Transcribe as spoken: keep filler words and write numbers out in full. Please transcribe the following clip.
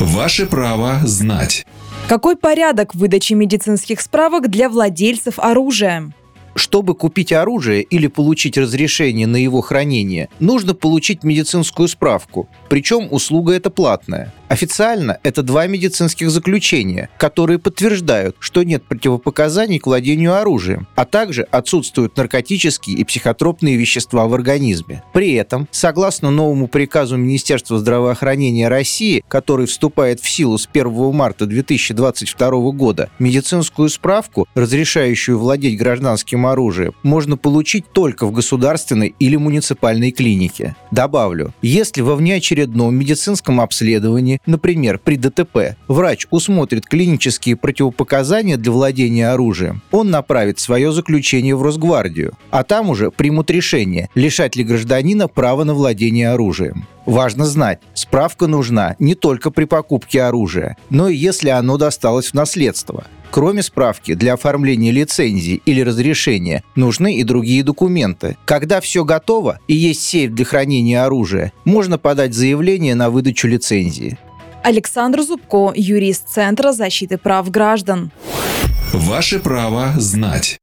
Ваше право знать. Какой порядок выдачи медицинских справок для владельцев оружия? Чтобы купить оружие или получить разрешение на его хранение, нужно получить медицинскую справку, причем услуга эта платная. Официально это два медицинских заключения, которые подтверждают, что нет противопоказаний к владению оружием, а также отсутствуют наркотические и психотропные вещества в организме. При этом, согласно новому приказу Министерства здравоохранения России, который вступает в силу с первого марта две тысячи двадцать второго года, медицинскую справку, разрешающую владеть гражданским оружием, можно получить только в государственной или муниципальной клинике. Добавлю, если во внеочередном медицинском обследовании, например, при ДТП, врач усмотрит клинические противопоказания для владения оружием, он направит свое заключение в Росгвардию, а там уже примут решение, лишать ли гражданина права на владение оружием. Важно знать, справка нужна не только при покупке оружия, но и если оно досталось в наследство. Кроме справки, для оформления лицензии или разрешения нужны и другие документы. Когда все готово и есть сейф для хранения оружия, можно подать заявление на выдачу лицензии. Александр Зубко, юрист Центра защиты прав граждан. Ваше право знать.